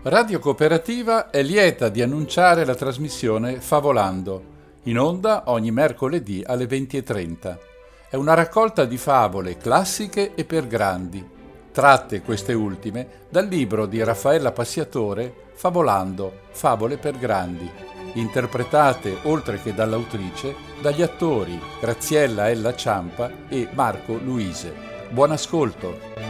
Radio Cooperativa è lieta di annunciare la trasmissione Favolando, in onda ogni mercoledì alle 20:30. È una raccolta di favole classiche e per grandi, tratte queste ultime dal libro di Raffaella Passiatore Favolando, favole per grandi, interpretate, oltre che dall'autrice, dagli attori Graziella Ella Ciampa e Marco Luise. Buon ascolto!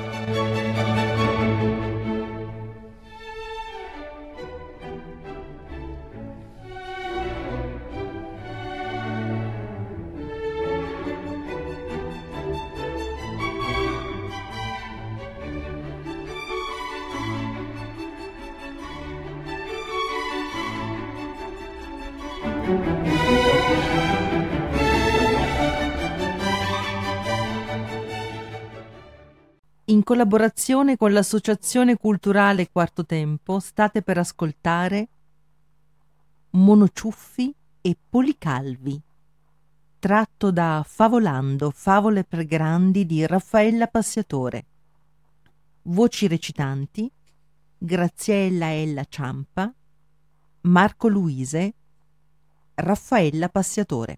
In collaborazione con l'Associazione Culturale Quarto Tempo state per ascoltare Monociuffi e Policalvi, tratto da Favolando, favole per grandi di Raffaella Passiatore. Voci recitanti: Graziella Ella Ciampa, Marco Luise, Raffaella Passiatore.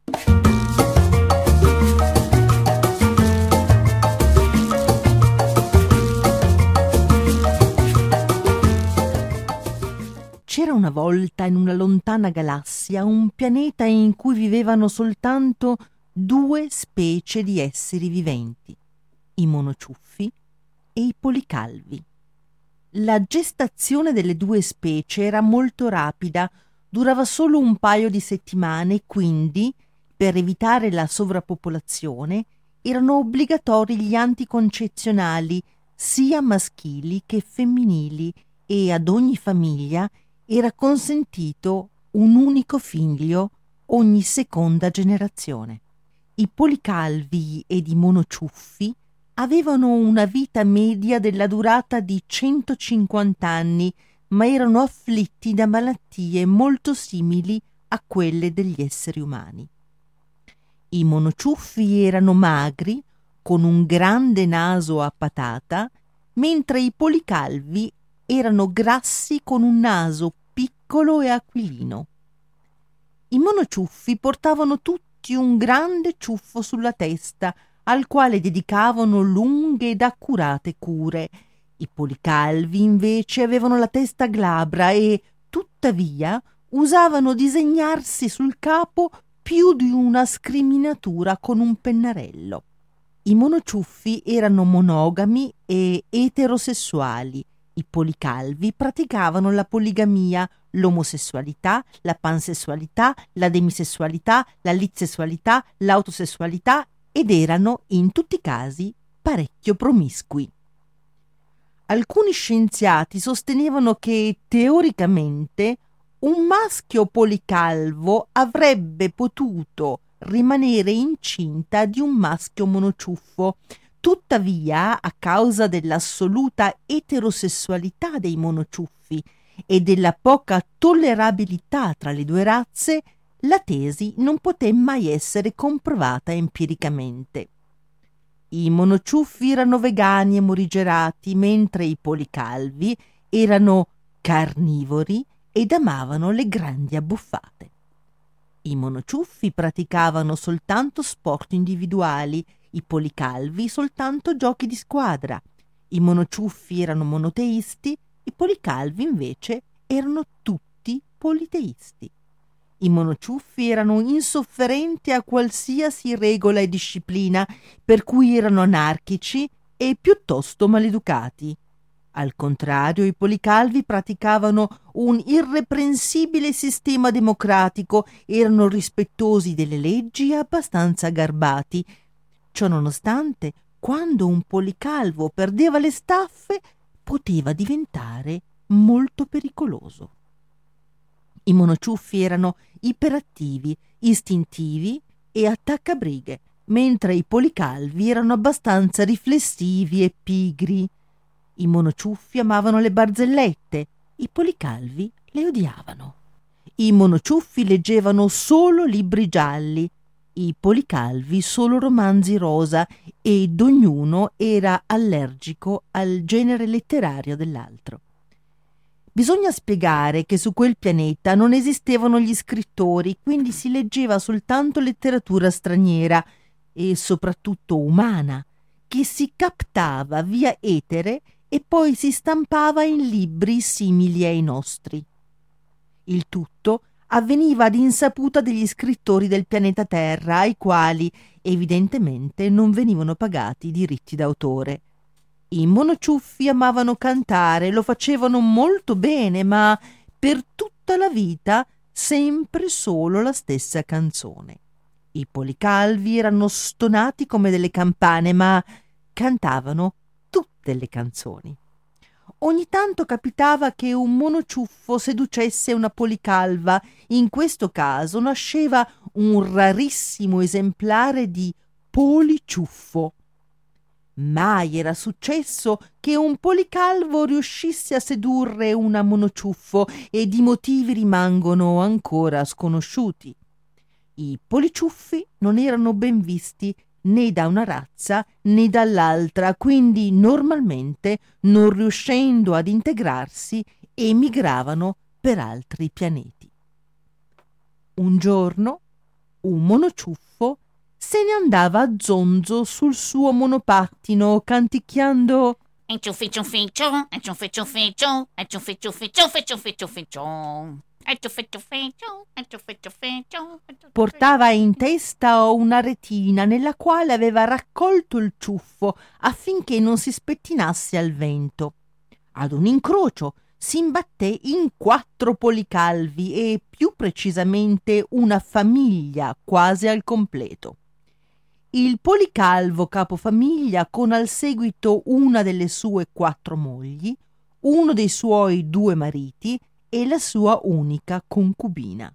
C'era una volta in una lontana galassia un pianeta in cui vivevano soltanto due specie di esseri viventi, i monociuffi e i policalvi. La gestazione delle due specie era molto rapida, durava solo un paio di settimane e quindi, per evitare la sovrappopolazione, erano obbligatori gli anticoncezionali, sia maschili che femminili, e ad ogni famiglia era consentito un unico figlio ogni seconda generazione. I policalvi ed i monociuffi avevano una vita media della durata di 150 anni, ma erano afflitti da malattie molto simili a quelle degli esseri umani. I monociuffi erano magri, con un grande naso a patata, mentre i policalvi erano grassi con un naso piccolo e aquilino. I monociuffi portavano tutti un grande ciuffo sulla testa, al quale dedicavano lunghe ed accurate cure. I policalvi invece avevano la testa glabra e, tuttavia, usavano disegnarsi sul capo più di una scriminatura con un pennarello. I monociuffi erano monogami e eterosessuali. I policalvi praticavano la poligamia, l'omosessualità, la pansessualità, la demisessualità, la litsessualità, l'autosessualità ed erano, in tutti i casi, parecchio promiscui. Alcuni scienziati sostenevano che, teoricamente, un maschio policalvo avrebbe potuto rimanere incinta di un maschio monociuffo. Tuttavia, a causa dell'assoluta eterosessualità dei monociuffi e della poca tollerabilità tra le due razze, la tesi non poté mai essere comprovata empiricamente. I monociuffi erano vegani e morigerati, mentre i policalvi erano carnivori ed amavano le grandi abbuffate. I monociuffi praticavano soltanto sport individuali, i policalvi soltanto giochi di squadra. I monociuffi erano monoteisti, i policalvi invece erano tutti politeisti. I monociuffi erano insofferenti a qualsiasi regola e disciplina, per cui erano anarchici e piuttosto maleducati. Al contrario, i policalvi praticavano un irreprensibile sistema democratico, erano rispettosi delle leggi e abbastanza garbati. Ciò nonostante, quando un policalvo perdeva le staffe, poteva diventare molto pericoloso. I monociuffi erano iperattivi, istintivi e attaccabrighe, mentre i policalvi erano abbastanza riflessivi e pigri. I monociuffi amavano le barzellette, i policalvi le odiavano. I monociuffi leggevano solo libri gialli, i policalvi solo romanzi rosa, ed ognuno era allergico al genere letterario dell'altro. Bisogna spiegare che su quel pianeta non esistevano gli scrittori, quindi si leggeva soltanto letteratura straniera e soprattutto umana, che si captava via etere e poi si stampava in libri simili ai nostri. Il tutto avveniva ad insaputa degli scrittori del pianeta Terra, ai quali evidentemente non venivano pagati i diritti d'autore. I monociuffi amavano cantare, lo facevano molto bene, ma per tutta la vita sempre solo la stessa canzone. I policalvi erano stonati come delle campane, ma cantavano tutte le canzoni. Ogni tanto capitava che un monociuffo seducesse una policalva. In questo caso nasceva un rarissimo esemplare di policiuffo. Mai era successo che un policalvo riuscisse a sedurre una monociuffo ed i motivi rimangono ancora sconosciuti. I policiuffi non erano ben visti né da una razza né dall'altra, quindi normalmente, non riuscendo ad integrarsi, emigravano per altri pianeti. Un giorno un monociuffo se ne andava a zonzo sul suo monopattino canticchiando E ciuffi ciuffi ciu, e ciuffi ciuffi ciu, e ciuffi ciuffi ciuffi ciuffi ciuffi ciu. E ciuffi ciuffi ciu, e ciuffi ciuffi ciu. Portava in testa una retina nella quale aveva raccolto il ciuffo affinché non si spettinasse al vento. Ad un incrocio si imbatté in 4 policalvi e più precisamente una famiglia quasi al completo. Il policalvo capofamiglia con al seguito una delle sue 4 mogli, uno dei suoi 2 mariti e la sua unica concubina.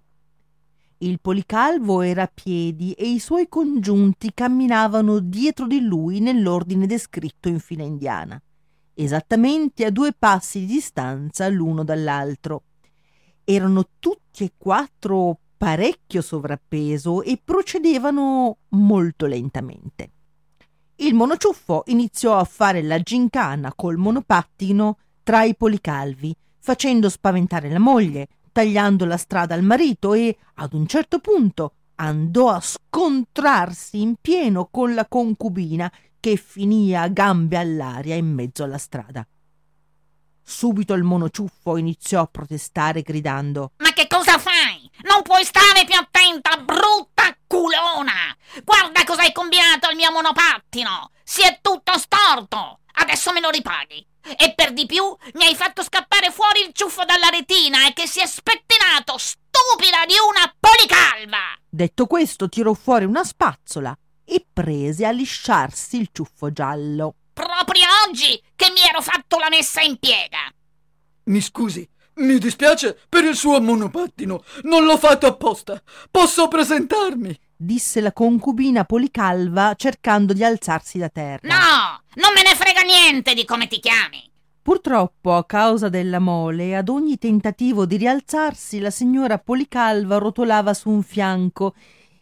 Il policalvo era a piedi e i suoi congiunti camminavano dietro di lui nell'ordine descritto in fila indiana, esattamente a 2 passi di distanza l'uno dall'altro. Erano tutti e 4 parecchio sovrappeso e procedevano molto lentamente. Il monociuffo iniziò a fare la gincana col monopattino tra i policalvi, facendo spaventare la moglie, tagliando la strada al marito e, ad un certo punto, andò a scontrarsi in pieno con la concubina che finì a gambe all'aria in mezzo alla strada. Subito il monociuffo iniziò a protestare gridando: Ma che cosa fai? Non puoi stare più attenta, brutta culona! Guarda cosa hai combinato al mio monopattino! Si è tutto storto! Adesso me lo ripaghi! E per di più mi hai fatto scappare fuori il ciuffo dalla retina e che si è spettinato, stupida di una policalva! Detto questo, tirò fuori una spazzola e prese a lisciarsi il ciuffo giallo. Proprio oggi che mi ero fatto la messa in piega! Mi scusi, mi dispiace per il suo monopattino. Non l'ho fatto apposta. Posso presentarmi? Disse la concubina policalva cercando di alzarsi da terra. No, non me ne frega niente di come ti chiami! Purtroppo, a causa della mole, ad ogni tentativo di rialzarsi, la signora policalva rotolava su un fianco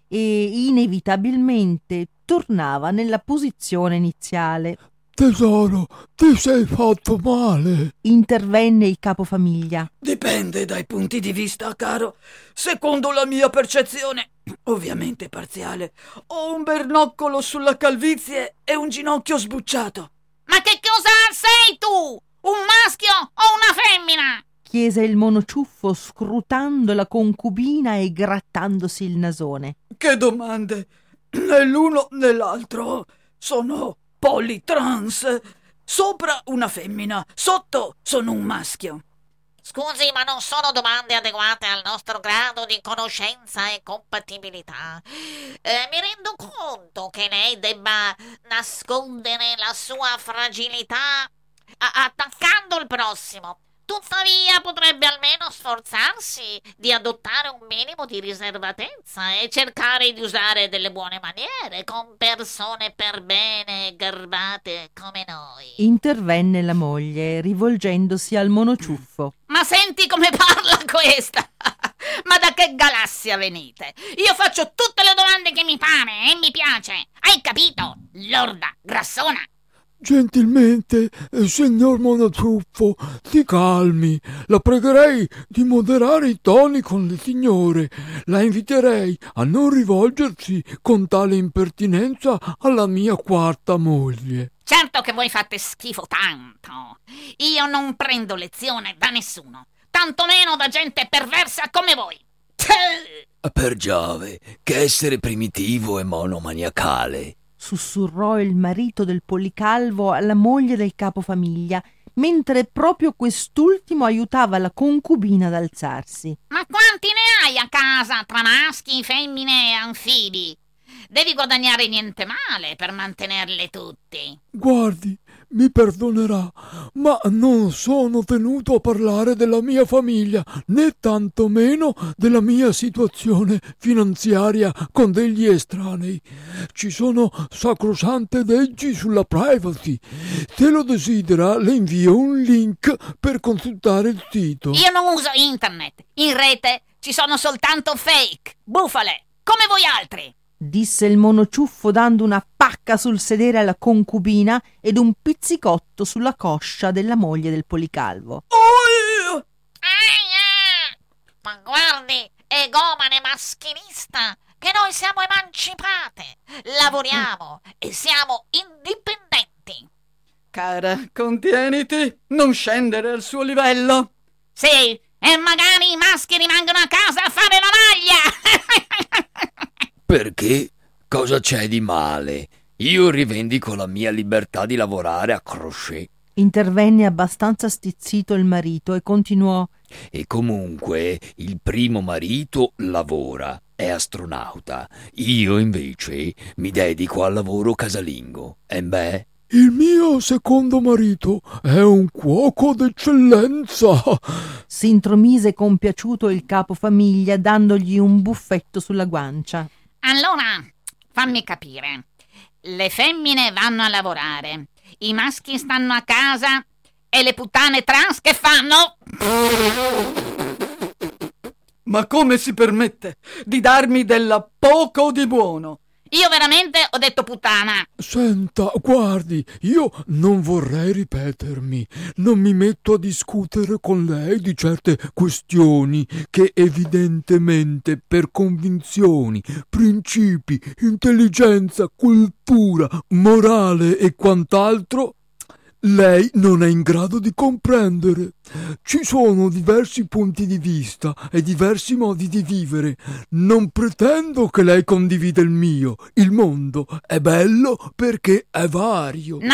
e inevitabilmente tornava nella posizione iniziale. Tesoro, ti sei fatto male? Intervenne il capofamiglia. Dipende dai punti di vista, caro. Secondo la mia percezione, ovviamente parziale, ho un bernoccolo sulla calvizie e un ginocchio sbucciato. Ma che cosa sei tu? Un maschio o una femmina? Chiese il monociuffo scrutando la concubina e grattandosi il nasone. Che domande! Né l'uno né l'altro. Sono politrans. Sopra una femmina, sotto sono un maschio. Scusi, ma non sono domande adeguate al nostro grado di conoscenza e compatibilità. Mi rendo conto che lei debba nascondere la sua fragilità attaccando il prossimo. Tuttavia potrebbe almeno sforzarsi di adottare un minimo di riservatezza e cercare di usare delle buone maniere con persone per bene e garbate come noi. Intervenne la moglie, rivolgendosi al monociuffo. Ma senti come parla questa! Ma da che galassia venite? Io faccio tutte le domande che mi pare e mi piace. Hai capito? Lorda, grassona. Gentilmente, signor Monotuffo, si calmi. La pregherei di moderare i toni con le signore. La inviterei a non rivolgersi con tale impertinenza alla mia quarta moglie. Certo che voi fate schifo tanto. Io non prendo lezione da nessuno, tantomeno da gente perversa come voi. Per Giove, che essere primitivo e monomaniacale. Sussurrò il marito del Policalvo alla moglie del capofamiglia, mentre proprio quest'ultimo aiutava la concubina ad alzarsi. Ma quanti ne hai a casa tra maschi, femmine e anfibi? Devi guadagnare niente male per mantenerle tutti. Guardi, mi perdonerà, ma non sono tenuto a parlare della mia famiglia, né tantomeno della mia situazione finanziaria con degli estranei. Ci sono sacrosante leggi sulla privacy. Se lo desidera, le invio un link per consultare il sito. Io non uso internet. In rete ci sono soltanto fake, bufale, come voi altri. Disse il monociuffo dando una pacca sul sedere alla concubina ed un pizzicotto sulla coscia della moglie del Policalvo. Ma guardi, egomane maschilista, che noi siamo emancipate, lavoriamo e siamo indipendenti. Cara, contieniti, non scendere al suo livello. Sì, e magari i maschi rimangono a casa a fare la maglia. Perché? Cosa c'è di male? Io rivendico la mia libertà di lavorare a crochet. Intervenne abbastanza stizzito il marito e continuò: E comunque il primo marito lavora, è astronauta. Io invece mi dedico al lavoro casalingo. E beh, il mio secondo marito è un cuoco d'eccellenza. si intromise compiaciuto il capofamiglia dandogli un buffetto sulla guancia. Allora, fammi capire. Le femmine vanno a lavorare, i maschi stanno a casa e le puttane trans che fanno? Ma come si permette di darmi della poco di buono? Io veramente ho detto puttana. Senta, guardi, io non vorrei ripetermi. Non mi metto a discutere con lei di certe questioni che evidentemente per convinzioni, principi, intelligenza, cultura, morale e quant'altro lei non è in grado di comprendere. Ci sono diversi punti di vista e diversi modi di vivere. Non pretendo che lei condivida il mio. Il mondo è bello perché è vario. No.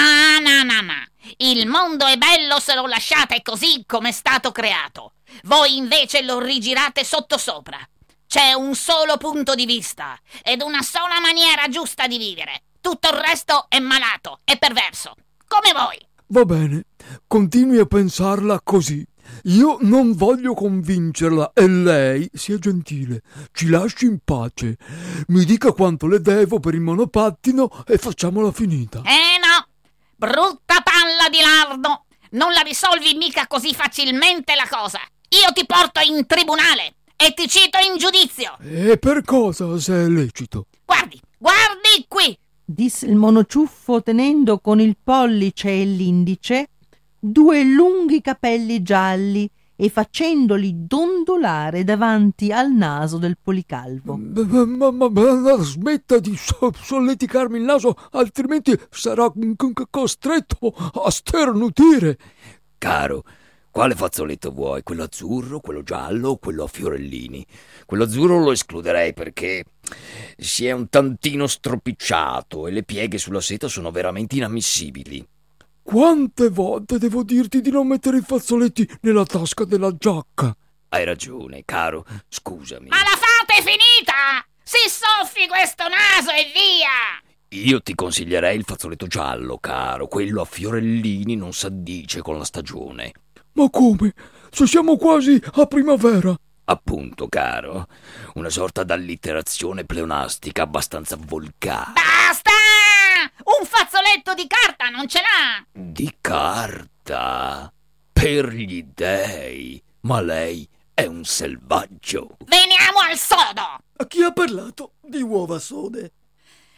Il mondo è bello se lo lasciate così come è stato creato. Voi invece lo rigirate sottosopra. C'è un solo punto di vista ed una sola maniera giusta di vivere. Tutto il resto è malato, è perverso. Come voi. Va bene, continui a pensarla così. Io non voglio convincerla e lei sia gentile, ci lasci in pace. Mi dica quanto le devo per il monopattino e facciamola finita. No, brutta palla di lardo, non la risolvi mica così facilmente la cosa. Io ti porto in tribunale e ti cito in giudizio. E per cosa, se è lecito? Guardi qui. Disse il monociuffo tenendo con il pollice e l'indice 2 lunghi capelli gialli e facendoli dondolare davanti al naso del Policalvo. Ma smetta di solleticarmi il naso, altrimenti sarà costretto a sternutire. caro, quale fazzoletto vuoi? Quello azzurro, quello giallo o quello a fiorellini? Quello azzurro lo escluderei perché si è un tantino stropicciato e le pieghe sulla seta sono veramente inammissibili. Quante volte devo dirti di non mettere i fazzoletti nella tasca della giacca? Hai ragione, caro, scusami. Ma la fate finita! Si soffi questo naso e via! Io ti consiglierei il fazzoletto giallo, caro. Quello a fiorellini non s'addice con la stagione. Ma come? Se siamo quasi a primavera. Appunto, caro. Una sorta d'allitterazione pleonastica abbastanza volgare. Basta! Un fazzoletto di carta non ce l'ha! Di carta? Per gli dèi. Ma lei è un selvaggio. Veniamo al sodo! A chi ha parlato di uova sode?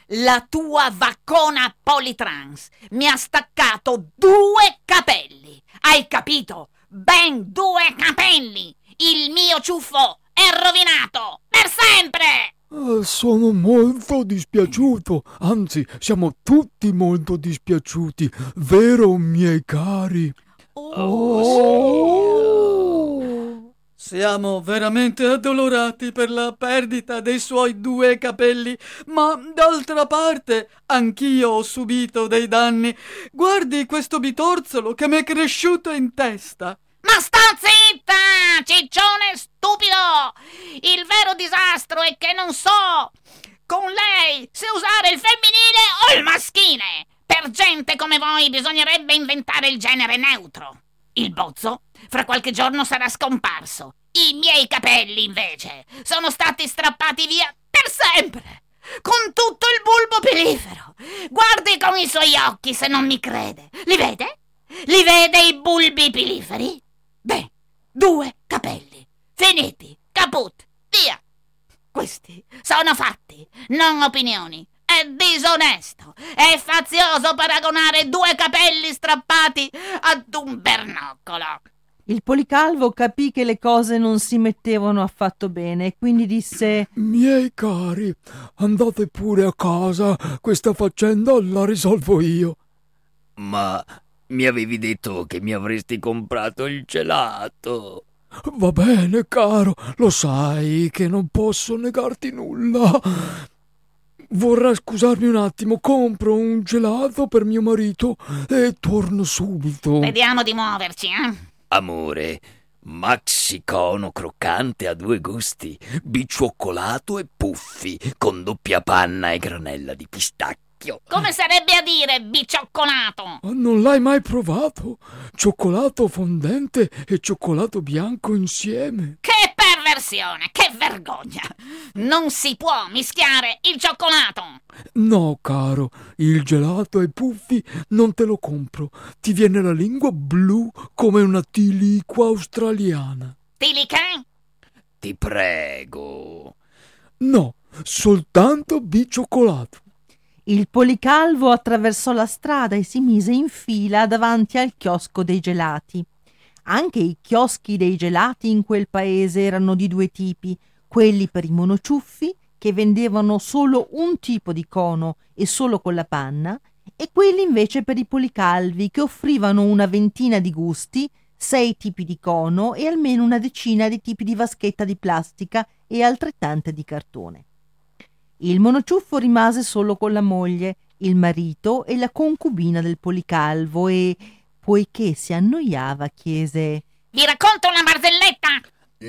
La tua vaccona Politrans mi ha staccato 2 capelli. Hai capito? Ben 2 capelli. Il mio ciuffo è rovinato per sempre. Sono molto dispiaciuto, anzi siamo tutti molto dispiaciuti, vero miei cari? Siamo veramente addolorati per la perdita dei suoi 2 capelli, ma d'altra parte anch'io ho subito dei danni. Guardi questo bitorzolo che mi è cresciuto in testa. Ma sta zitta, ciccione stupido! Il vero disastro è che non so con lei se usare il femminile o il maschile. Per gente come voi bisognerebbe inventare il genere neutro. Il bozzo fra qualche giorno sarà scomparso. I miei capelli, invece, sono stati strappati via per sempre, con tutto il bulbo pilifero. Guardi con i suoi occhi se non mi crede. Li vede? Li vede i bulbi piliferi? Beh, 2 capelli, finiti, caput, via. Questi sono fatti, non opinioni. È disonesto, è fazioso paragonare 2 capelli strappati ad un bernoccolo. Il Policalvo capì che le cose non si mettevano affatto bene e quindi disse: Miei cari, andate pure a casa, questa faccenda la risolvo io. Ma mi avevi detto che mi avresti comprato il gelato. Va bene, caro, lo sai che non posso negarti nulla. Vorrà scusarmi un attimo, compro un gelato per mio marito e torno subito. Vediamo di muoverci, Amore, maxi cono croccante a 2 gusti, bicioccolato e puffi, con doppia panna e granella di pistacchio. Come sarebbe a dire bicioccolato? Non l'hai mai provato? Cioccolato fondente e cioccolato bianco insieme. Che perversione, che vergogna! Non si può mischiare il cioccolato! No, caro, il gelato ai puffi non te lo compro. Ti viene la lingua blu come una tiliqua australiana. Tilica? Ti prego. No, soltanto bicioccolato. Il Policalvo attraversò la strada e si mise in fila davanti al chiosco dei gelati. Anche i chioschi dei gelati in quel paese erano di 2 tipi, quelli per i monociuffi, che vendevano solo un tipo di cono e solo con la panna, e quelli invece per i policalvi, che offrivano una ventina di gusti, 6 tipi di cono e almeno una decina di tipi di vaschetta di plastica e altrettante di cartone. Il monociuffo rimase solo con la moglie, il marito e la concubina del Policalvo e, poiché si annoiava, chiese: Vi racconto una barzelletta?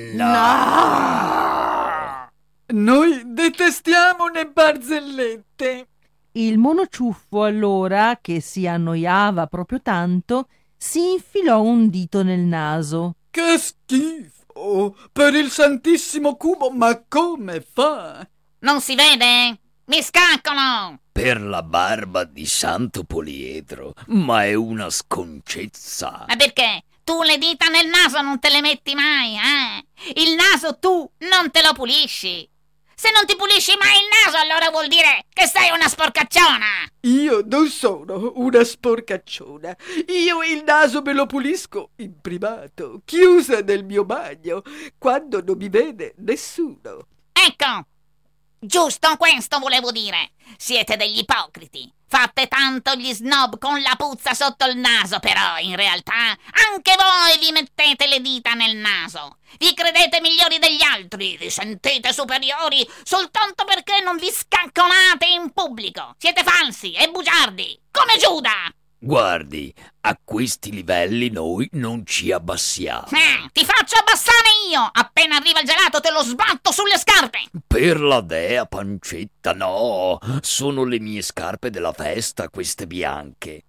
Noi detestiamo le barzellette. Il monociuffo allora, che si annoiava proprio tanto, si infilò un dito nel naso. Che schifo! Per il santissimo cubo, ma come fa? Non si vede? Mi scaccano! Per la barba di Santo Poliedro, ma è una sconcezza. Ma perché? Tu le dita nel naso non te le metti mai, Il naso tu non te lo pulisci. Se non ti pulisci mai il naso, allora vuol dire che sei una sporcacciona. Io non sono una sporcacciona. Io il naso me lo pulisco in privato, chiusa nel mio bagno, quando non mi vede nessuno. Ecco, giusto questo volevo dire. Siete degli ipocriti. Fate tanto gli snob con la puzza sotto il naso, però in realtà anche voi vi mettete le dita nel naso. Vi credete migliori degli altri, vi sentite superiori soltanto perché non vi scacconate in pubblico. Siete falsi e bugiardi, come Giuda. Guardi, a questi livelli noi non ci abbassiamo. Ti faccio abbassare io. Appena arriva il gelato te lo sbatto sulle scarpe. Per la dea, pancetta, no. Sono le mie scarpe della festa, queste bianche.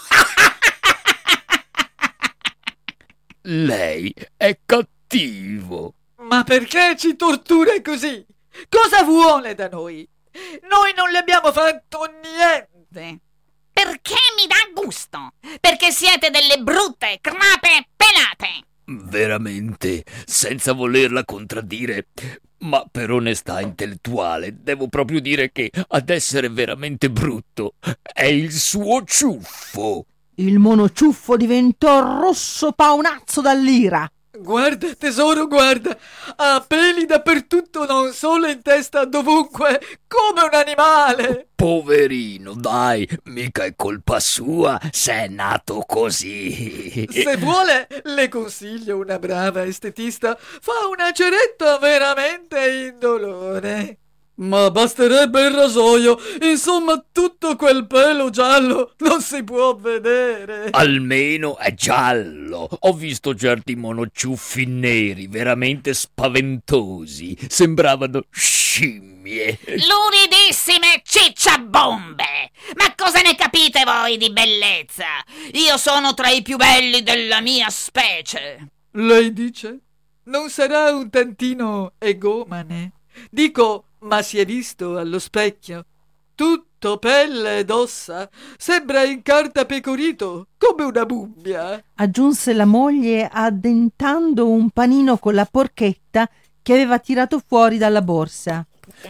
Lei è cattivo. Ma perché ci tortura così? Cosa vuole da noi? Noi non le abbiamo fatto niente. Perché mi dà gusto? Perché siete delle brutte crepe pelate. Veramente, senza volerla contraddire, Ma per onestà intellettuale devo proprio dire che ad essere veramente brutto è il suo ciuffo. Il mono ciuffo diventò rosso paonazzo dall'ira. Guarda, tesoro, guarda, ha peli dappertutto, non solo in testa, dovunque, come un animale. Poverino, dai, mica è colpa sua se è nato così. Se vuole, le consiglio una brava estetista, fa una ceretta veramente indolore. Ma basterebbe il rasoio, insomma tutto quel pelo giallo non si può vedere. Almeno è giallo. Ho visto certi monociuffi neri veramente spaventosi. Sembravano scimmie. Luridissime cicciabombe! Ma cosa ne capite voi di bellezza? Io sono tra i più belli della mia specie. Lei dice? Non sarà un tantino egomane? Dico, ma si è visto allo specchio? Tutto pelle ed ossa, sembra incartapecorito, come una mummia. Aggiunse la moglie addentando un panino con la porchetta che aveva tirato fuori dalla borsa.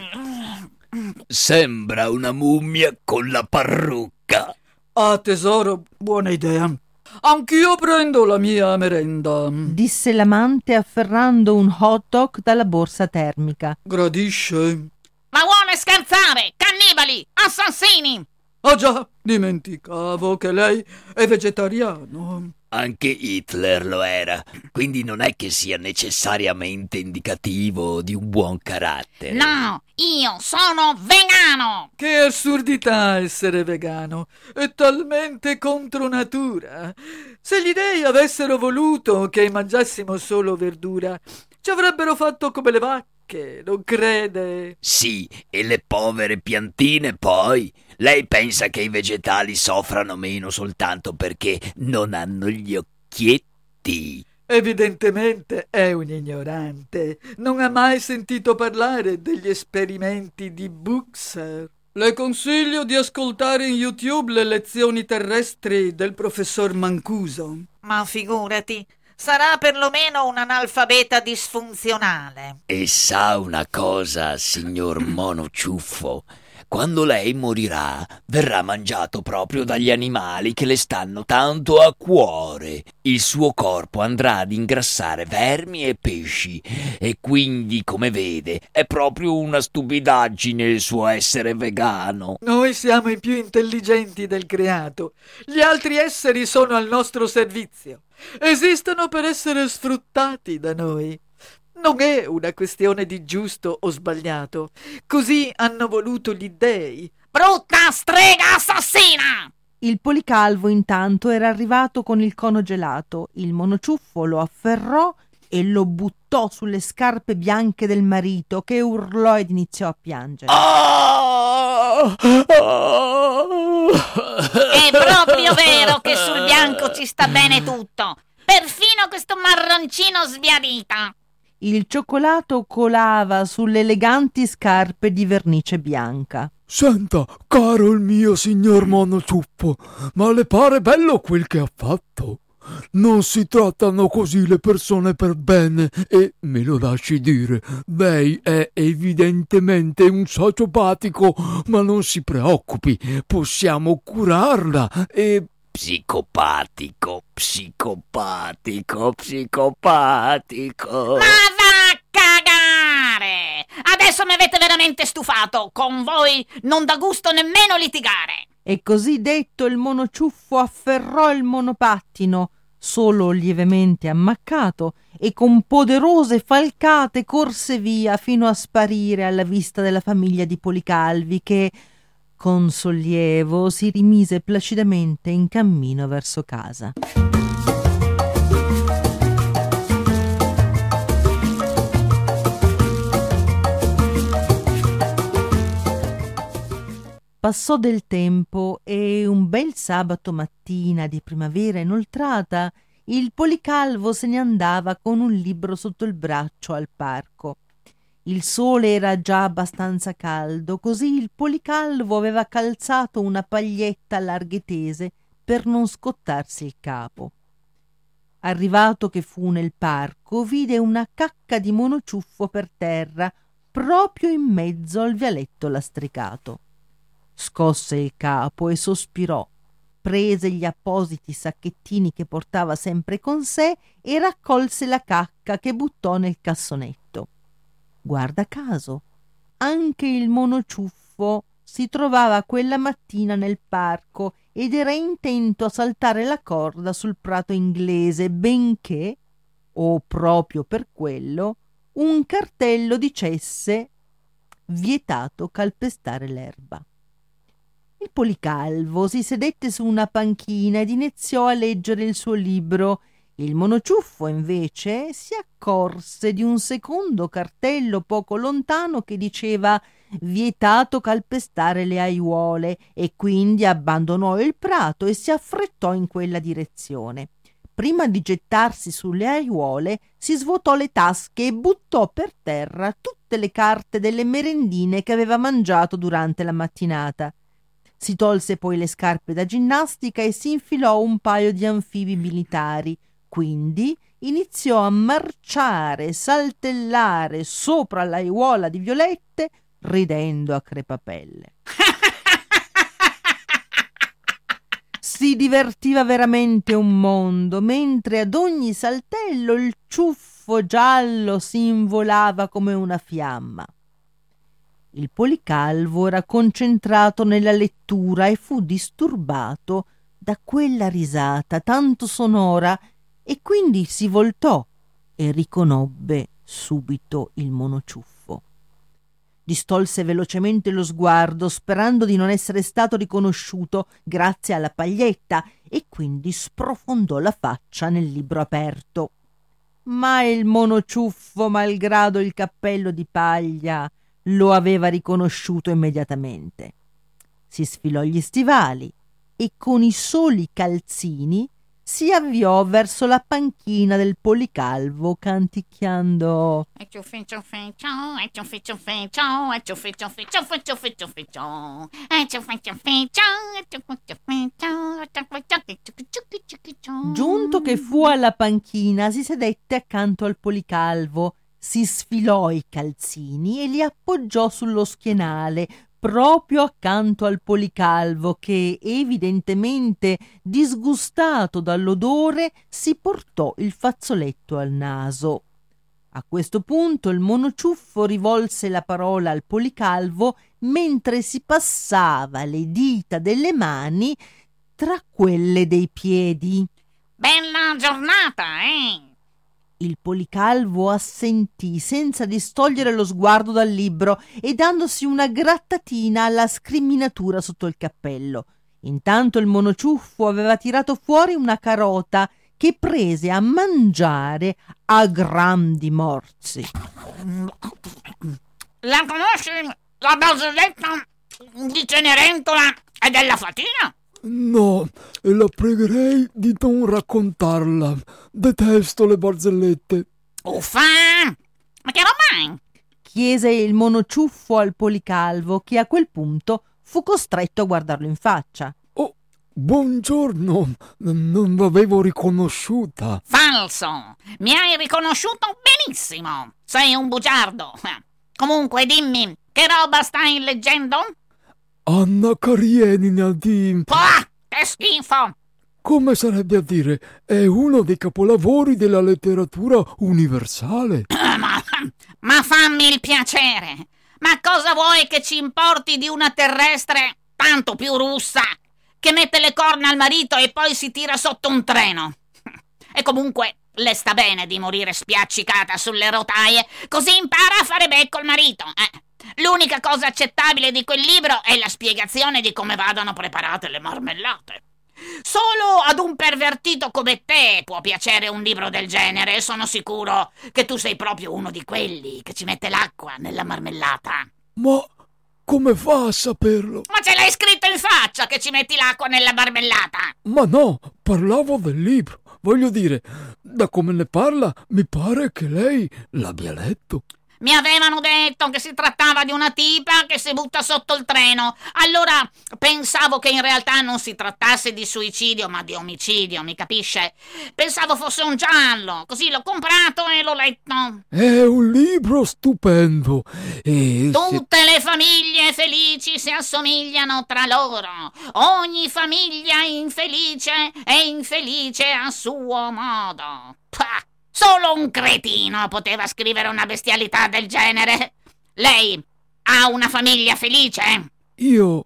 Sembra una mummia con la parrucca. Ah, tesoro, buona idea. Anch'io prendo la mia merenda. Disse l'amante afferrando un hot dog dalla borsa termica. Gradisce? Ma vuole scherzare? Cannibali! Assassini! Ah già, dimenticavo che lei è vegetariano. Anche Hitler lo era, quindi non è che sia necessariamente indicativo di un buon carattere. No, io sono vegano! Che assurdità essere vegano, è talmente contro natura. Se gli dei avessero voluto che mangiassimo solo verdura, ci avrebbero fatto come le vacche, non crede? Sì, e le povere piantine poi. Lei pensa che i vegetali soffrano meno soltanto perché non hanno gli occhietti? Evidentemente è un ignorante. Non ha mai sentito parlare degli esperimenti di Buxer. Le consiglio di ascoltare in YouTube le lezioni terrestri del professor Mancuso. Ma figurati, sarà perlomeno un analfabeta disfunzionale. E sa una cosa, signor Mono Ciuffo? Quando lei morirà, verrà mangiato proprio dagli animali che le stanno tanto a cuore. Il suo corpo andrà ad ingrassare vermi e pesci e quindi, come vede, è proprio una stupidaggine il suo essere vegano. Noi siamo i più intelligenti del creato. Gli altri esseri sono al nostro servizio. Esistono per essere sfruttati da noi. Non è una questione di giusto o sbagliato. Così hanno voluto gli dèi. Brutta strega assassina! Il policalvo intanto era arrivato con il cono gelato. Il monociuffo lo afferrò e lo buttò sulle scarpe bianche del marito, che urlò ed iniziò a piangere. È proprio vero che sul bianco ci sta bene tutto, perfino questo marroncino sbiadito. Il cioccolato colava sulle eleganti scarpe di vernice bianca. Senta, caro il mio signor Monociuffo, ma le pare bello quel che ha fatto? Non si trattano così le persone per bene e, me lo lasci dire, lei è evidentemente un sociopatico, ma non si preoccupi, possiamo curarla e... Psicopatico. Ma va a cagare! Adesso mi avete veramente stufato. Con voi non dà gusto nemmeno litigare. E così detto il monociuffo afferrò il monopattino, solo lievemente ammaccato, e con poderose falcate corse via fino a sparire alla vista della famiglia di Policalvi che, con sollievo, si rimise placidamente in cammino verso casa. Passò del tempo e un bel sabato mattina di primavera inoltrata il Policalvo se ne andava con un libro sotto il braccio al parco. Il sole era già abbastanza caldo, così il Policalvo aveva calzato una paglietta a larghe tese per non scottarsi il capo. Arrivato che fu nel parco, vide una cacca di monociuffo per terra, proprio in mezzo al vialetto lastricato. Scosse il capo e sospirò, prese gli appositi sacchettini che portava sempre con sé e raccolse la cacca che buttò nel cassonetto. Guarda caso, anche il mono ciuffo si trovava quella mattina nel parco ed era intento a saltare la corda sul prato inglese, benché, o proprio per quello, un cartello dicesse «Vietato calpestare l'erba». Il Policalvo si sedette su una panchina ed iniziò a leggere il suo libro. Il mono ciuffo, invece, si accorse di un secondo cartello poco lontano che diceva «Vietato calpestare le aiuole» e quindi abbandonò il prato e si affrettò in quella direzione. Prima di gettarsi sulle aiuole, si svuotò le tasche e buttò per terra tutte le carte delle merendine che aveva mangiato durante la mattinata. Si tolse poi le scarpe da ginnastica e si infilò un paio di anfibi militari. Quindi iniziò a marciare e saltellare sopra l'aiuola di Violette, ridendo a crepapelle. Si divertiva veramente un mondo, mentre ad ogni saltello il ciuffo giallo si involava come una fiamma. Il Policalvo era concentrato nella lettura e fu disturbato da quella risata tanto sonora e quindi si voltò e riconobbe subito il mono ciuffo. Distolse velocemente lo sguardo sperando di non essere stato riconosciuto grazie alla paglietta e quindi sprofondò la faccia nel libro aperto. Ma il mono ciuffo, malgrado il cappello di paglia, lo aveva riconosciuto immediatamente. Si sfilò gli stivali e con i soli calzini si avviò verso la panchina del Policalvo canticchiando Giunto che fu alla panchina, si sedette accanto al Policalvo, si sfilò i calzini e li appoggiò sullo schienale, proprio accanto al Policalvo che, evidentemente disgustato dall'odore, si portò il fazzoletto al naso. A questo punto il mono ciuffo rivolse la parola al Policalvo mentre si passava le dita delle mani tra quelle dei piedi. Bella giornata, eh? Il Policalvo assentì senza distogliere lo sguardo dal libro e dandosi una grattatina alla scriminatura sotto il cappello. Intanto il mono ciuffo aveva tirato fuori una carota che prese a mangiare a grandi morsi. La conosci? La barzelletta di Cenerentola e della Fatina? No, e la pregherei di non raccontarla. Detesto le barzellette. Uffa! Ma che roba è? Chiese il mono ciuffo al Policalvo, che a quel punto fu costretto a guardarlo in faccia. Oh, buongiorno, non l'avevo riconosciuta. Falso! Mi hai riconosciuto benissimo! Sei un bugiardo! Comunque dimmi, che roba stai leggendo? Anna Karenina di... Pah! Che schifo! Come sarebbe a dire, è uno dei capolavori della letteratura universale. Ma fammi il piacere! Ma cosa vuoi che ci importi di una terrestre tanto più russa che mette le corna al marito e poi si tira sotto un treno? E comunque le sta bene di morire spiaccicata sulle rotaie, così impara a fare becco il marito. L'unica cosa accettabile di quel libro è la spiegazione di come vadano preparate le marmellate. Solo ad un pervertito come te può piacere un libro del genere e sono sicuro che tu sei proprio uno di quelli che ci mette l'acqua nella marmellata. Ma come fa a saperlo? Ma ce l'hai scritto in faccia che ci metti l'acqua nella marmellata? Ma no, parlavo del libro. Voglio dire, da come ne parla, mi pare che lei l'abbia letto. Mi avevano detto che si trattava di una tipa che si butta sotto il treno. Allora pensavo che in realtà non si trattasse di suicidio, ma di omicidio, mi capisce? Pensavo fosse un giallo, così l'ho comprato e l'ho letto. È un libro stupendo. Tutte le famiglie felici si assomigliano tra loro. Ogni famiglia infelice è infelice a suo modo. Pah! Solo un cretino poteva scrivere una bestialità del genere. Lei ha una famiglia felice? Io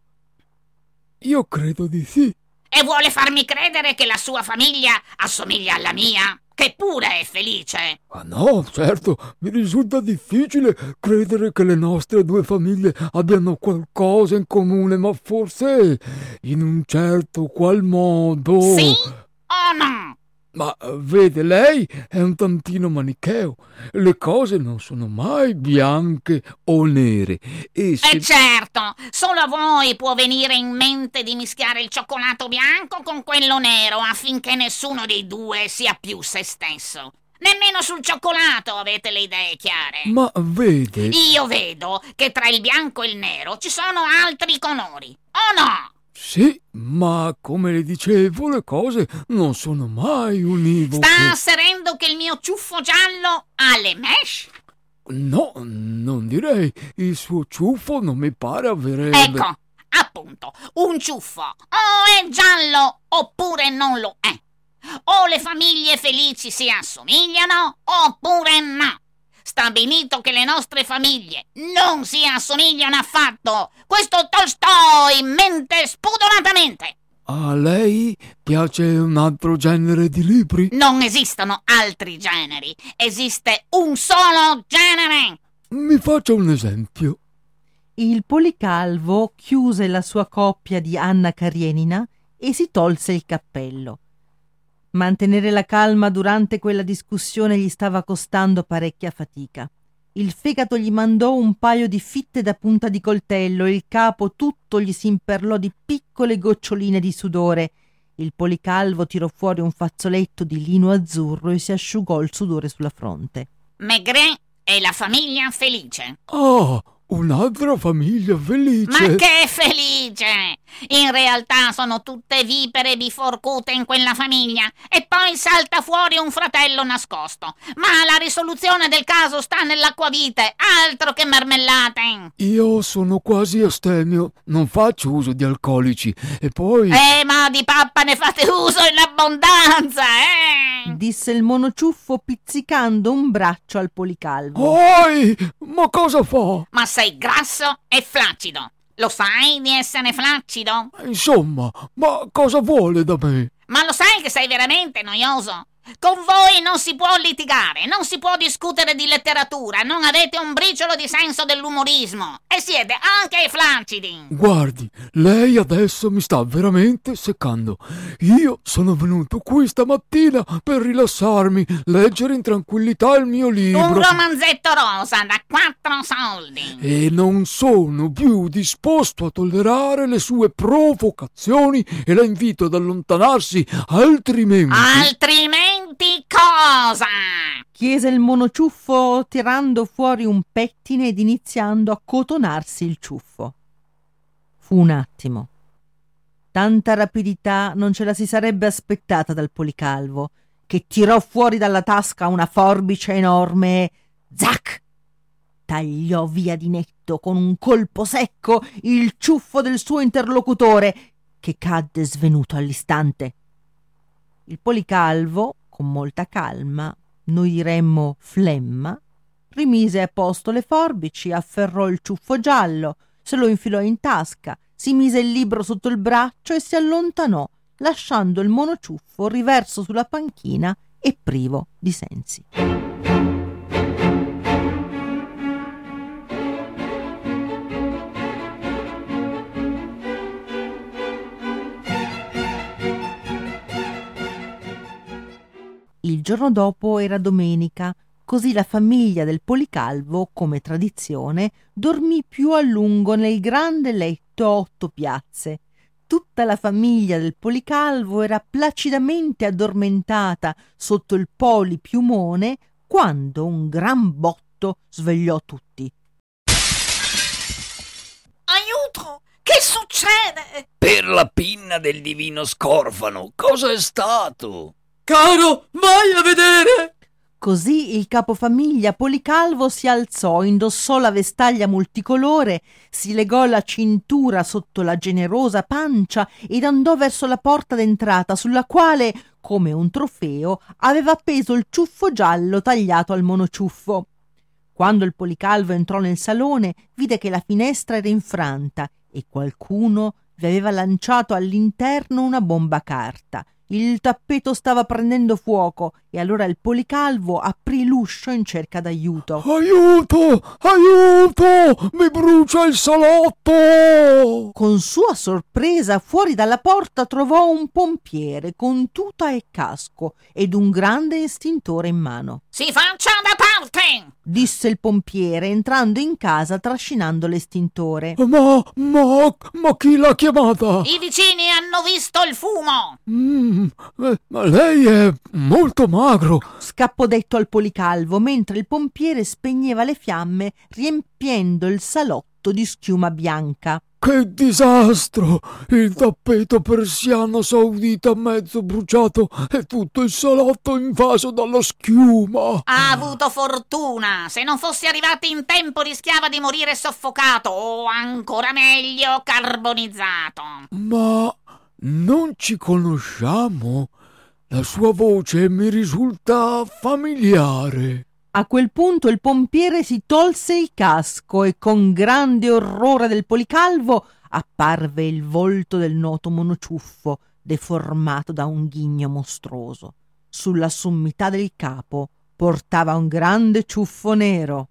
credo di sì. E vuole farmi credere che la sua famiglia assomiglia alla mia, che pure è felice? Ah no, certo, mi risulta difficile credere che le nostre due famiglie abbiano qualcosa in comune, ma forse in un certo qual modo... Sì o no? Ma vede, lei è un tantino manicheo. Le cose non sono mai bianche o nere. Certo, solo a voi può venire in mente di mischiare il cioccolato bianco con quello nero affinché nessuno dei due sia più se stesso. Nemmeno sul cioccolato avete le idee chiare. Ma vede... Io vedo che tra il bianco e il nero ci sono altri colori, o no? Sì, ma come le dicevo, le cose non sono mai univoche. Sta asserendo che il mio ciuffo giallo ha le mesh? No, non direi. Il suo ciuffo non mi pare avere... Ecco, appunto, un ciuffo o è giallo oppure non lo è. O le famiglie felici si assomigliano oppure no. Stabilito che le nostre famiglie non si assomigliano affatto, questo Tolstoi mente spudoratamente. A lei piace un altro genere di libri? Non esistono altri generi, esiste un solo genere. Mi faccia un esempio. Il Policalvo chiuse la sua coppia di Anna Karenina e si tolse il cappello. Mantenere la calma durante quella discussione gli stava costando parecchia fatica. Il fegato gli mandò un paio di fitte da punta di coltello e il capo tutto gli si imperlò di piccole goccioline di sudore. Il Policalvo tirò fuori un fazzoletto di lino azzurro e si asciugò il sudore sulla fronte. Maigret è la famiglia felice. Ah, un'altra famiglia felice. Ma che felice! In realtà sono tutte vipere biforcute in quella famiglia e poi salta fuori un fratello nascosto. Ma la risoluzione del caso sta nell'acquavite, altro che marmellate. Io sono quasi astemio, non faccio uso di alcolici e poi... Ma di pappa ne fate uso in abbondanza, disse il monociuffo pizzicando un braccio al Policalvo. Oi, ma cosa fa? Ma sei grasso e flaccido. Lo sai di essere flaccido? Insomma, ma cosa vuole da me? Ma lo sai che sei veramente noioso? Con voi non si può litigare, non si può discutere di letteratura, non avete un briciolo di senso dell'umorismo e siete anche flaccidi. Guardi, lei adesso mi sta veramente seccando. Io sono venuto qui stamattina per rilassarmi, leggere in tranquillità il mio libro. Un romanzetto rosa da 4 soldi. E non sono più disposto a tollerare le sue provocazioni e la invito ad allontanarsi, altrimenti... Altrimenti cosa? Chiese il monociuffo tirando fuori un pettine ed iniziando a cotonarsi il ciuffo. Fu un attimo. Tanta rapidità non ce la si sarebbe aspettata dal Policalvo, che tirò fuori dalla tasca una forbice enorme e zac! Tagliò via di netto con un colpo secco il ciuffo del suo interlocutore, che cadde svenuto all'istante. Il Policalvo, con molta calma, noi diremmo flemma, rimise a posto le forbici, afferrò il ciuffo giallo, se lo infilò in tasca, si mise il libro sotto il braccio e si allontanò, lasciando il monociuffo riverso sulla panchina e privo di sensi. Il giorno dopo era domenica, così la famiglia del Policalvo, come tradizione, dormì più a lungo nel grande letto a 8 piazze. Tutta la famiglia del Policalvo era placidamente addormentata sotto il polipiumone quando un gran botto salotto svegliò tutti. Aiuto! Che succede? Per la pinna del divino Scorfano, cosa è stato? Caro, vai a vedere! Così il capofamiglia Policalvo si alzò, indossò la vestaglia multicolore, si legò la cintura sotto la generosa pancia ed andò verso la porta d'entrata, sulla quale, come un trofeo, aveva appeso il ciuffo giallo tagliato al monociuffo. Quando il Policalvo entrò nel salone, vide che la finestra era infranta e qualcuno vi aveva lanciato all'interno una bomba carta. Il tappeto stava prendendo fuoco e allora il Policalvo aprì l'uscio in cerca d'aiuto. Aiuto! Aiuto! Mi brucia il salotto! Con sua sorpresa, fuori dalla porta trovò un pompiere con tuta e casco ed un grande estintore in mano. Si faccia da parte! Disse il pompiere entrando in casa trascinando l'estintore. Ma chi l'ha chiamata? I vicini hanno visto il fumo! Ma lei è molto magro. Scappò detto al Policalvo mentre il pompiere spegneva le fiamme riempiendo il salotto di schiuma bianca. Che disastro! Il tappeto persiano saudita mezzo bruciato e tutto il salotto invaso dalla schiuma. Ha avuto fortuna. Se non fosse arrivato in tempo rischiava di morire soffocato o, ancora meglio, carbonizzato. Ma non ci conosciamo? La sua voce mi risulta familiare. A quel punto il pompiere si tolse il casco e con grande orrore del Policalvo apparve il volto del noto monociuffo deformato da un ghigno mostruoso. Sulla sommità del capo portava un grande ciuffo nero.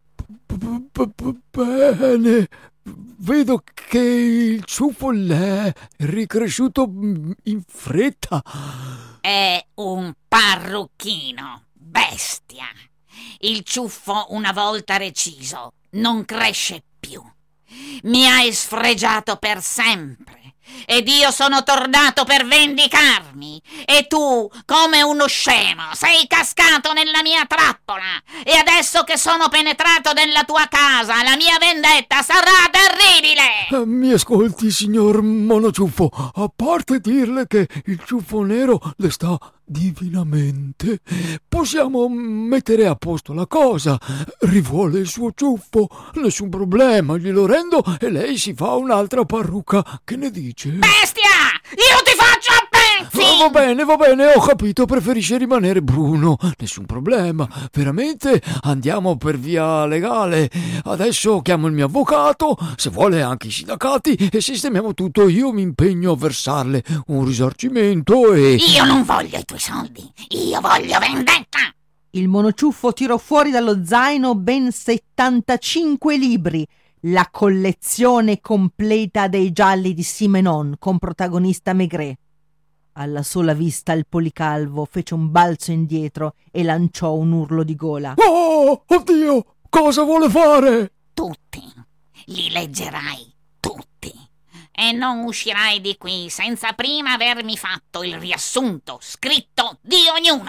Bene, vedo che il ciuffo l'è ricresciuto in fretta. È un parrucchino, bestia. Il ciuffo, una volta reciso, non cresce più. Mi hai sfregiato per sempre ed io sono tornato per vendicarmi e tu, come uno scemo, sei cascato nella mia trappola e adesso che sono penetrato nella tua casa la mia vendetta sarà terribile. Mi ascolti, signor monociuffo, a parte dirle che il ciuffo nero le sta divinamente, possiamo mettere a posto la cosa. Rivuole il suo ciuffo, nessun problema, glielo rendo e lei si fa un'altra parrucca. Che ne dice? Bestia! Io ti faccio a pezzi! Va bene, ho capito, preferisce rimanere bruno, nessun problema. Veramente andiamo per via legale. Adesso chiamo il mio avvocato, se vuole anche i sindacati, e sistemiamo tutto. Io mi impegno a versarle un risarcimento e... Io non voglio i tuoi soldi, io voglio vendetta! Il monociuffo tirò fuori dallo zaino ben 75 libri, la collezione completa dei gialli di Simenon con protagonista Maigret. Alla sola vista il Policalvo fece un balzo indietro e lanciò un urlo di gola. Oh, oddio, cosa vuole fare? Tutti, li leggerai tutti e non uscirai di qui senza prima avermi fatto il riassunto scritto di ognuno.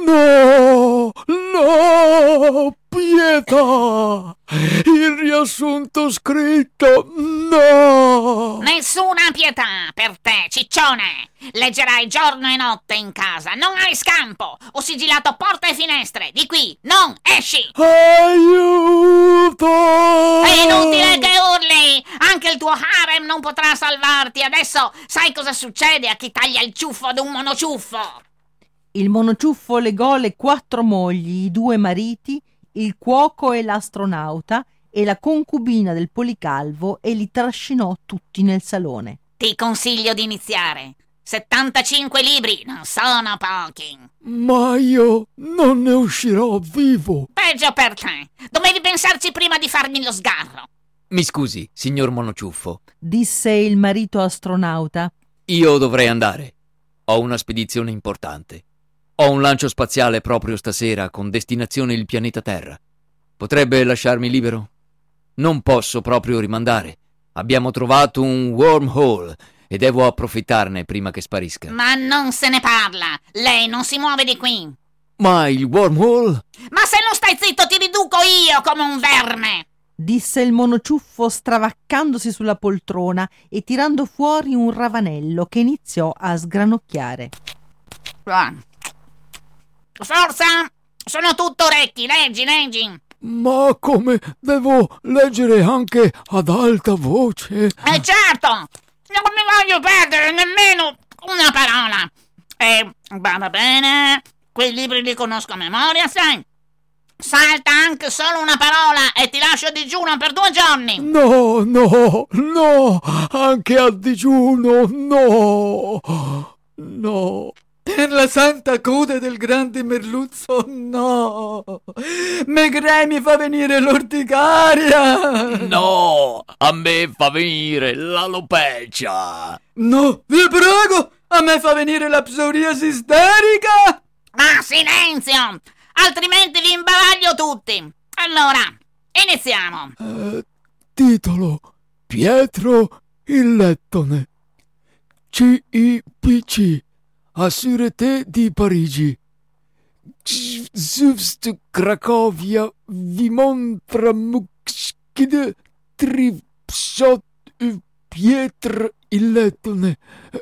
No, pietà! Il riassunto scritto, no! Nessuna pietà per te, ciccione! Leggerai giorno e notte in casa, non hai scampo! Ho sigillato porte e finestre, di qui non esci! Aiuto! È inutile che urli! Anche il tuo harem non potrà salvarti! Adesso sai cosa succede a chi taglia il ciuffo ad un monociuffo? Il monociuffo legò le 4 mogli, i 2 mariti, il cuoco e l'astronauta e la concubina del Policalvo e li trascinò tutti nel salone. Ti consiglio di iniziare. 75 libri non sono pochi. Ma io non ne uscirò vivo. Peggio per te. Dovevi pensarci prima di farmi lo sgarro. Mi scusi, signor monociuffo, Disse il marito astronauta. io dovrei andare. Ho una spedizione importante. Ho un lancio spaziale proprio stasera con destinazione il pianeta Terra. Potrebbe lasciarmi libero? Non posso proprio rimandare. Abbiamo trovato un wormhole e devo approfittarne prima che sparisca. Ma non se ne parla. Lei non si muove di qui. Ma il wormhole? Ma se non sta Stai zitto, ti riduco io come un verme! Disse il monociuffo stravaccandosi sulla poltrona e tirando fuori un ravanello che iniziò a sgranocchiare. Forza, sono tutto orecchi, leggi. Ma come devo leggere anche ad alta voce? Certo, non mi voglio perdere nemmeno una parola. Va bene, quei libri li conosco a memoria, sai? Salta anche solo una parola e ti lascio a digiuno per 2 giorni. No, anche a digiuno, no. Per la santa coda del grande merluzzo, no! Maigret mi fa venire l'orticaria! No, a me fa venire l'alopecia. No, vi prego, a me fa venire la psoriasi isterica! Ma silenzio, altrimenti vi imbavaglio tutti. Allora, iniziamo. Titolo: Pietro il Lettone. CIPC, a Sûreté di Parigi. Zuvst Cracovia Vimontramukskide Tripsot Pietr il Lettone.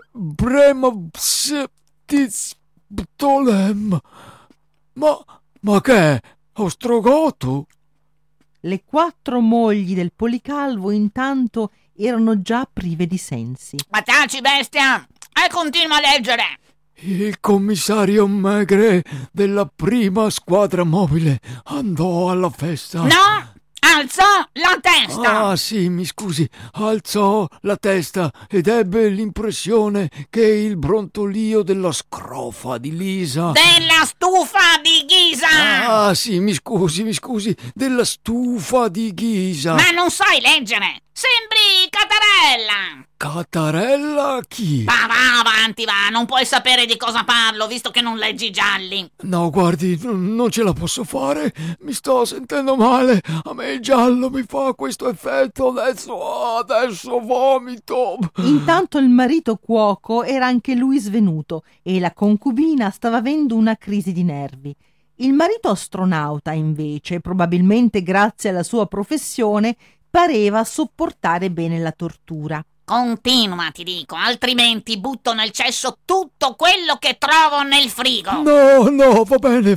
Bremavstis Ptolem. Ma che è? Ostrogoto? Le 4 mogli del Policalvo intanto erano già prive di sensi. Ma taci, bestia, e continua a leggere. Il commissario Maigret della prima squadra mobile andò alla festa. No, alzò la testa. Ah sì, mi scusi, alzò la testa ed ebbe l'impressione che il brontolio della scrofa di Lisa... Della stufa di Ghisa. Ah sì, mi scusi, della stufa di Ghisa. Ma non sai leggere, sembri Catarella. Catarella chi? Va avanti, va, non puoi sapere di cosa parlo, visto che non leggi i gialli. No, guardi, non ce la posso fare, mi sto sentendo male, a me il giallo mi fa questo effetto, adesso vomito. Intanto il marito cuoco era anche lui svenuto e la concubina stava avendo una crisi di nervi. Il marito astronauta, invece, probabilmente grazie alla sua professione, pareva sopportare bene la tortura. Continua, ti dico, altrimenti butto nel cesso tutto quello che trovo nel frigo. No, va bene.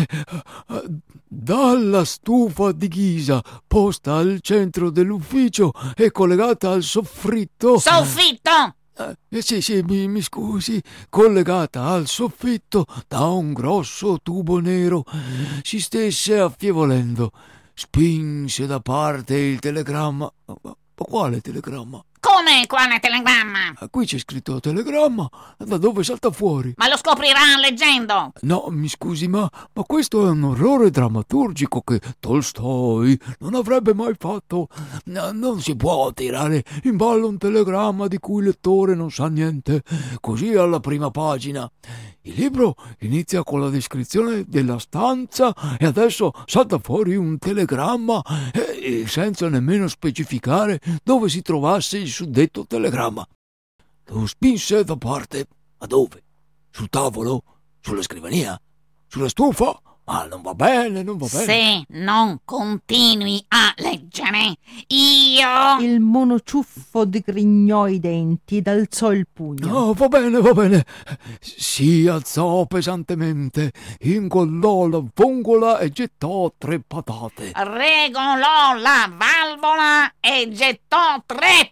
Dalla stufa di Ghisa, posta al centro dell'ufficio e collegata al soffitto... Soffitto? Sì, mi scusi, collegata al soffitto da un grosso tubo nero, si stesse affievolendo. Spinse da parte il telegramma. Ma quale telegramma? Come quale telegramma? Qui c'è scritto telegramma, da dove salta fuori? Ma lo scoprirà leggendo. No, mi scusi, ma questo è un orrore drammaturgico che Tolstoi non avrebbe mai fatto. Non si può tirare in ballo un telegramma di cui il lettore non sa niente, così alla prima pagina. Il libro inizia con la descrizione della stanza e adesso salta fuori un telegramma senza nemmeno specificare dove si trovasse il suddetto telegramma. Lo spinse da parte. Ma dove? Sul tavolo? Sulla scrivania? Sulla stufa? Ma non va bene. Se non continui a leggere, io... Il monociuffo digrignò i denti ed alzò il pugno. No, va bene. Si alzò pesantemente, ingollò la vongola e gettò 3 patate. Regolò la valvola e gettò 3 palate.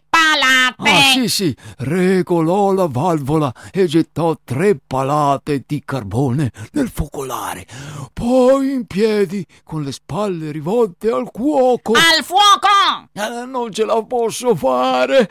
Ah, sì, regolò la valvola e gettò 3 palate di carbone nel focolare. Poi in piedi, con le spalle rivolte al cuoco. Al fuoco! Non ce la posso fare.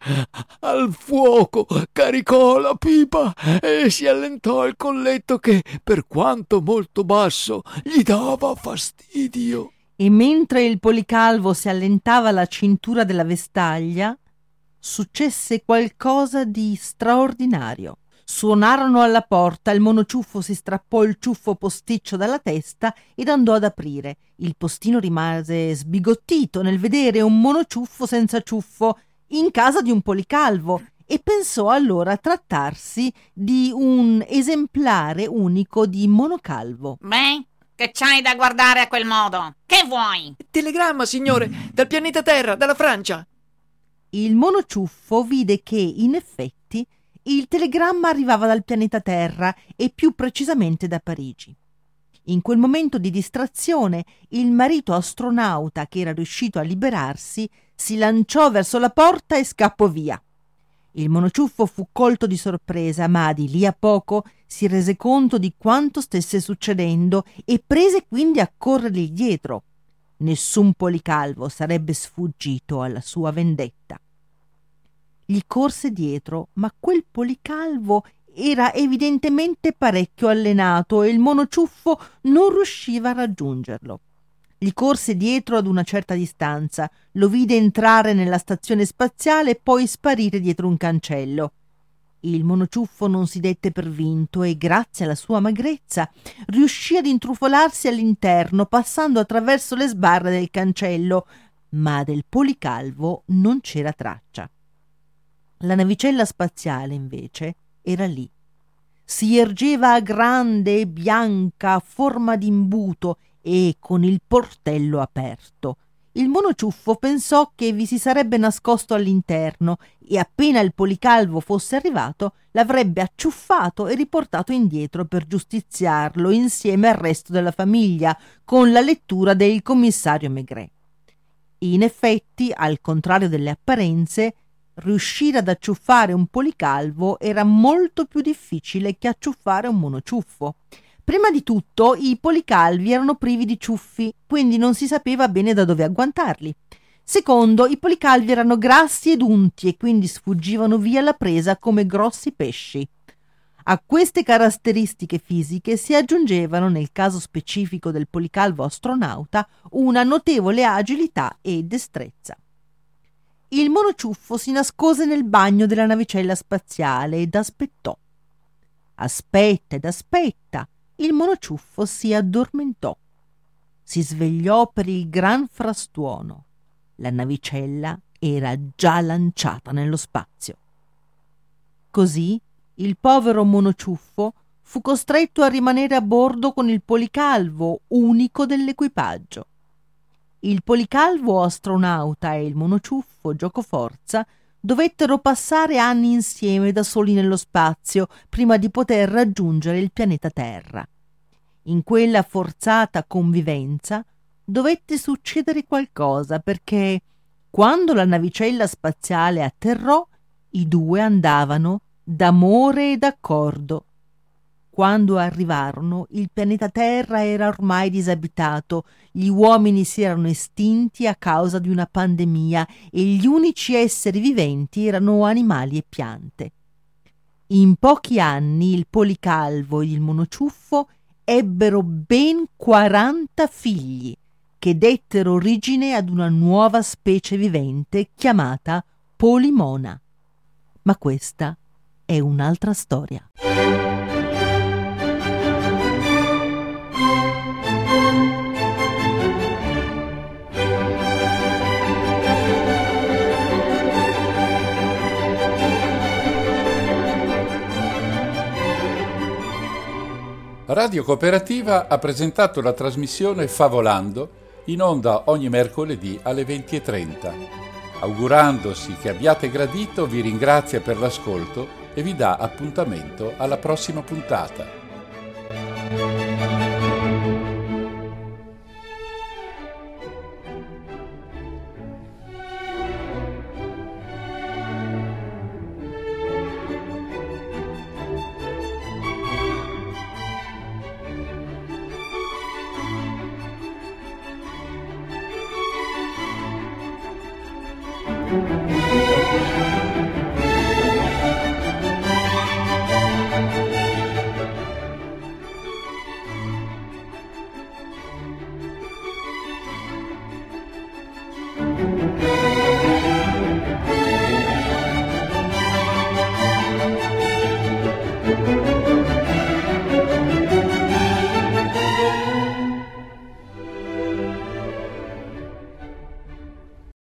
Al fuoco caricò la pipa e si allentò il colletto che, per quanto molto basso, gli dava fastidio. E mentre il Policalvo si allentava la cintura della vestaglia, successe qualcosa di straordinario. Suonarono alla porta, il monociuffo si strappò il ciuffo posticcio dalla testa ed andò ad aprire. Il postino rimase sbigottito nel vedere un monociuffo senza ciuffo in casa di un Policalvo e pensò allora trattarsi di un esemplare unico di monocalvo. Beh, Che c'hai da guardare a quel modo? Che vuoi? Telegramma, signore, dal pianeta Terra, dalla Francia. Il mono ciuffo vide che, in effetti, il telegramma arrivava dal pianeta Terra e più precisamente da Parigi. In quel momento di distrazione, il marito astronauta, che era riuscito a liberarsi, si lanciò verso la porta e scappò via. Il monociuffo fu colto di sorpresa, ma di lì a poco si rese conto di quanto stesse succedendo e prese quindi a corrergli dietro. Nessun policalvo sarebbe sfuggito alla sua vendetta. Gli corse dietro, ma quel policalvo era evidentemente parecchio allenato e il monociuffo non riusciva a raggiungerlo. Gli corse dietro ad una certa distanza, lo vide entrare nella stazione spaziale e poi sparire dietro un cancello. Il monociuffo non si dette per vinto e, grazie alla sua magrezza, riuscì ad intrufolarsi all'interno, passando attraverso le sbarre del cancello, ma del policalvo non c'era traccia. La navicella spaziale, invece, era lì. Si ergeva grande e bianca, a forma di imbuto e con il portello aperto. Il monociuffo pensò che vi si sarebbe nascosto all'interno e appena il policalvo fosse arrivato l'avrebbe acciuffato e riportato indietro per giustiziarlo insieme al resto della famiglia con la lettura del commissario Maigret. In effetti, al contrario delle apparenze, riuscire ad acciuffare un policalvo era molto più difficile che acciuffare un monociuffo. Prima di tutto, i policalvi erano privi di ciuffi, quindi non si sapeva bene da dove agguantarli. Secondo, i policalvi erano grassi ed unti e quindi sfuggivano via alla presa come grossi pesci. A queste caratteristiche fisiche si aggiungevano, nel caso specifico del policalvo astronauta, una notevole agilità e destrezza. Il monociuffo si nascose nel bagno della navicella spaziale ed aspettò. Aspetta ed aspetta. Il monociuffo si addormentò. Si svegliò per il gran frastuono. La navicella era già lanciata nello spazio. Così il povero monociuffo fu costretto a rimanere a bordo con il policalvo, unico dell'equipaggio. Il policalvo astronauta e il monociuffo giocoforza dovettero passare anni insieme da soli nello spazio prima di poter raggiungere il pianeta Terra. In quella forzata convivenza dovette succedere qualcosa perché, quando la navicella spaziale atterrò, i due andavano d'amore e d'accordo. Quando arrivarono, il pianeta Terra era ormai disabitato, gli uomini si erano estinti a causa di una pandemia e gli unici esseri viventi erano animali e piante. In pochi anni il policalvo ed il monociuffo ebbero ben 40 figli, che dettero origine ad una nuova specie vivente chiamata Polimona. Ma questa è un'altra storia. Radio Cooperativa ha presentato la trasmissione Favolando, in onda ogni mercoledì alle 20:30. Augurandosi che abbiate gradito, vi ringrazia per l'ascolto e vi dà appuntamento alla prossima puntata.